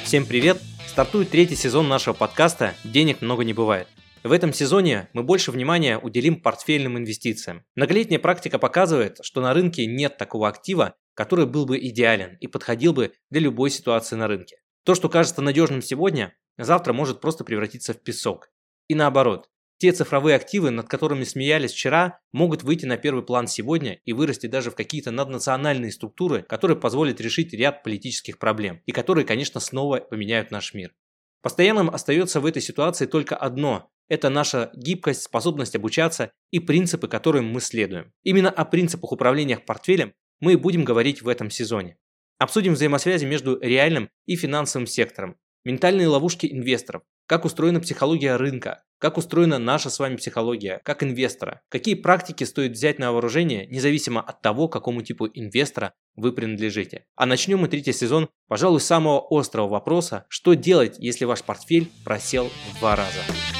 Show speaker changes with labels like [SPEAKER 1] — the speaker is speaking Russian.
[SPEAKER 1] Всем привет! Стартует третий сезон нашего подкаста «Денег много не бывает». В этом сезоне мы больше внимания уделим портфельным инвестициям. Многолетняя практика показывает, что на рынке нет такого актива, который был бы идеален и подходил бы для любой ситуации на рынке. То, что кажется надежным сегодня, завтра может просто превратиться в песок. И наоборот, те цифровые активы, над которыми смеялись вчера, могут выйти на первый план сегодня и вырасти даже в какие-то наднациональные структуры, которые позволят решить ряд политических проблем и которые, конечно, снова поменяют наш мир. Постоянным остается в этой ситуации только одно – это наша гибкость, способность обучаться и принципы, которым мы следуем. Именно о принципах управления портфелем мы и будем говорить в этом сезоне. Обсудим взаимосвязи между реальным и финансовым сектором, ментальные ловушки инвесторов, как устроена психология рынка, как устроена наша с вами психология, как инвестора, какие практики стоит взять на вооружение, независимо от того, какому типу инвестора вы принадлежите. А начнем мы третий сезон, пожалуй, с самого острого вопроса, что делать, если ваш портфель просел в 2 раза.